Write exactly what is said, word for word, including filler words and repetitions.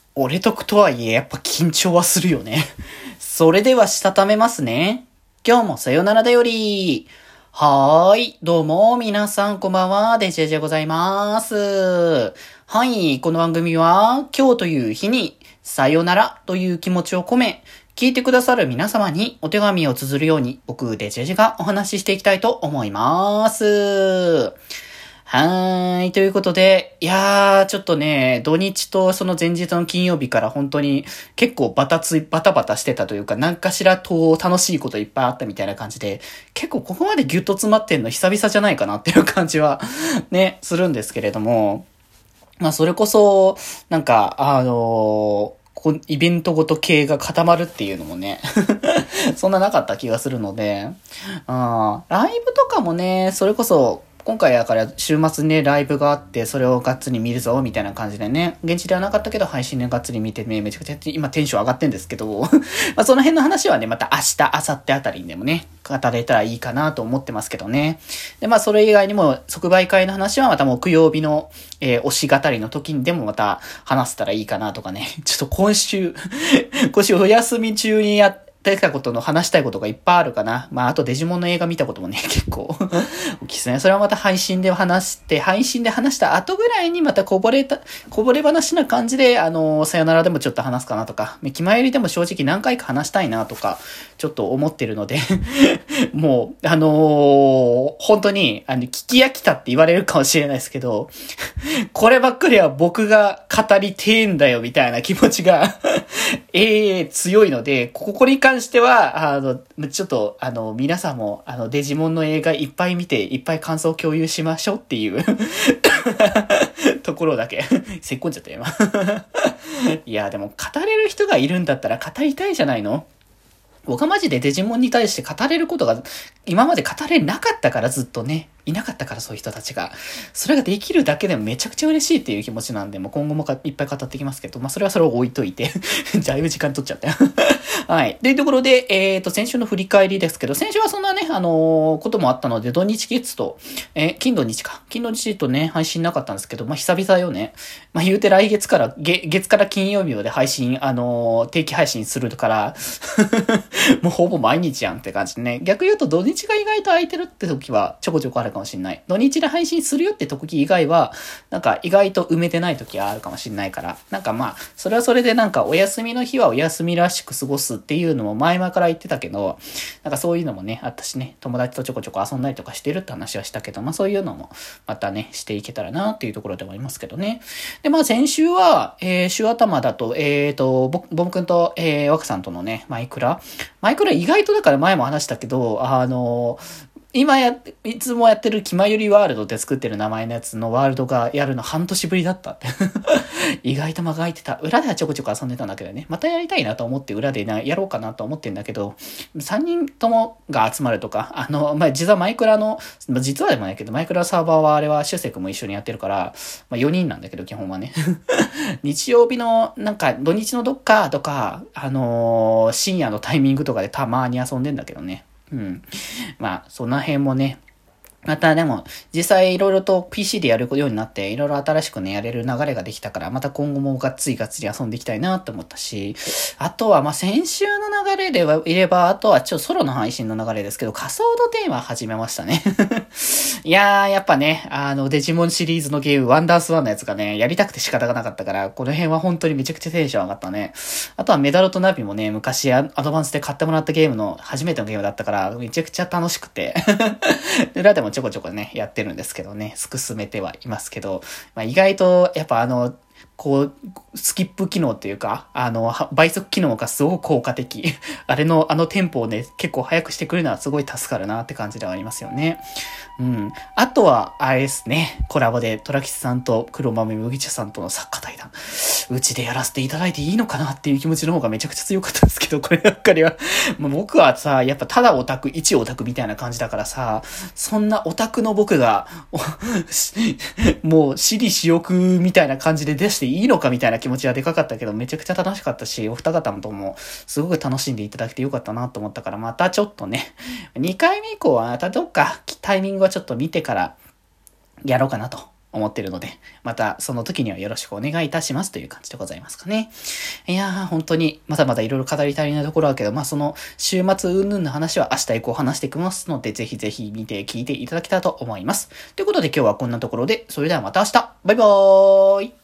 俺得とはいえ、やっぱ緊張はするよね。それでは、したためますね。今日もさよならだより。はーい。どうも、皆さんこんばんは。デジェジェございます。はい。この番組は、今日という日に、さよならという気持ちを込め、聞いてくださる皆様にお手紙を綴るように、僕、デジェジェがお話ししていきたいと思います。はーい。ということで、いやー、ちょっとね、土日とその前日の金曜日から本当に結構バタつい、バタバタしてたというか、何かしらと楽しいこといっぱいあったみたいな感じで、結構ここまでギュッと詰まってんの久々じゃないかなっていう感じはね、するんですけれども、まあそれこそ、なんか、あのーこイベントごと系が固まるっていうのもねそんななかった気がするので、あライブとかもね、それこそ、今回だから週末にね、ライブがあって、それをがっつり見るぞ、みたいな感じでね、現地ではなかったけど、配信でがっつり見てね、めちゃくちゃ今テンション上がってんですけど、まあその辺の話はね、また明日、明後日あたりにでもね、語れたらいいかなと思ってますけどね。で、まあそれ以外にも、即売会の話はまた木曜日の、えー、推し語りの時にでもまた話せたらいいかなとかね、ちょっと今週、今週お休み中にやって、出たことの話したいことがいっぱいあるかな。まあ、あとデジモンの映画見たこともね、結構大きいですね。それはまた配信で話して、配信で話した後ぐらいにまたこぼれた、こぼれ話な感じで、あの、さよならでもちょっと話すかなとか、気前よりでも正直何回か話したいなとか、ちょっと思ってるので、もう、あのー、本当に、あの、聞き飽きたって言われるかもしれないですけど、こればっかりは僕が語りてえんだよみたいな気持ちが、ええー、強いので、ここに関しては、あの、ちょっと、あの、皆さんも、あの、デジモンの映画いっぱい見て、いっぱい感想を共有しましょうっていうところだけ、せっこんじゃったよ、今。いや、でも、語れる人がいるんだったら語りたいじゃないの？僕はマジでデジモンに対して語れることが、今まで語れなかったからずっとね、いなかったからそういう人たちが。それができるだけでもめちゃくちゃ嬉しいっていう気持ちなんで、もう今後もいっぱい語ってきますけど、まあそれはそれを置いといて。だいぶ時間取っちゃったよ。はい。というところで、えっと、先週の振り返りですけど、先週はそんなね、あのー、こともあったので、土日月と、えー、金土日か。金土日とね、配信なかったんですけど、まあ久々よね。まあ言うて来月から、月、月から金曜日まで配信、あのー、定期配信するから、もうほぼ毎日やんって感じでね。逆言うと土日が意外と空いてるって時はちょこちょこあるかもしれない。土日で配信するよって時以外は、なんか意外と埋めてない時はあるかもしれないから。なんかまあ、それはそれでなんかお休みの日はお休みらしく過ごすっていうのも前々から言ってたけど、なんかそういうのもね、あったしね、友達とちょこちょこ遊んだりとかしてるって話はしたけど、まあそういうのもまたね、していけたらなっていうところでもありますけどね。で、まあ先週は、えー、週頭だと、えーと、ぼ、ぼむくんと、えー、若さんとのね、マイクラマイクラ意外とだから前も話したけど、あの、今や、いつもやってる気まゆりワールドって作ってる名前のやつのワールドがやるの半年ぶりだったって。意外と間が空いてた。裏ではちょこちょこ遊んでたんだけどね。またやりたいなと思って裏でなやろうかなと思ってんだけど、さんにんともが集まるとか、あの、まあ、実はマイクラの、実はでもないけど、マイクラサーバーはあれはシュセクも一緒にやってるから、まあ、よにんなんだけど、基本はね。日曜日の、なんか、土日のどっかとか、あのー、深夜のタイミングとかでたまに遊んでんだけどね。うん。まあ、その辺もね、またでも、実際いろいろと ピーシー でやるようになって、いろいろ新しくね、やれる流れができたから、また今後もがっつりがっつり遊んでいきたいなって思ったし、あとは、まあ、先週の流れではいれば、あとはちょっとソロの配信の流れですけど、仮想度テーマ始めましたね。いやー、やっぱね、あの、デジモンシリーズのゲーム、ワンダースワンのやつがね、やりたくて仕方がなかったから、この辺は本当にめちゃくちゃテンション上がったね。あとはメダルとナビもね、昔アドバンスで買ってもらったゲームの初めてのゲームだったから、めちゃくちゃ楽しくて。裏でもちょこちょこね、やってるんですけどね、進めてはいますけど、まあ、意外と、やっぱあの、こう、スキップ機能っていうか、あの、倍速機能がすごく効果的。あれの、あのテンポをね、結構早くしてくれるのはすごい助かるなって感じではありますよね。うん。あとは、あれですね、コラボでトラキスさんと黒豆麦茶さんとの作家対談。うちでやらせていただいていいのかなっていう気持ちの方がめちゃくちゃ強かったんですけど、こればっかりは。まあ、僕はさ、やっぱただオタク、一オタクみたいな感じだからさ、そんなオタクの僕が、もう私利私欲みたいな感じで出していいのかみたいな気持ちはでかかったけど、めちゃくちゃ楽しかったし、お二方ともすごく楽しんでいただけてよかったなと思ったから、またちょっとね、にかいめ以降はまたどっかタイミングはちょっと見てからやろうかなと思ってるので、またその時にはよろしくお願いいたしますという感じでございますかね。いやー、本当にまだまだいろいろ語り足りないところだけど、まあその週末云々の話は明日以降話していきますので、ぜひぜひ見て聞いていただけたらと思います。ということで今日はこんなところで、それではまた明日バイバーイ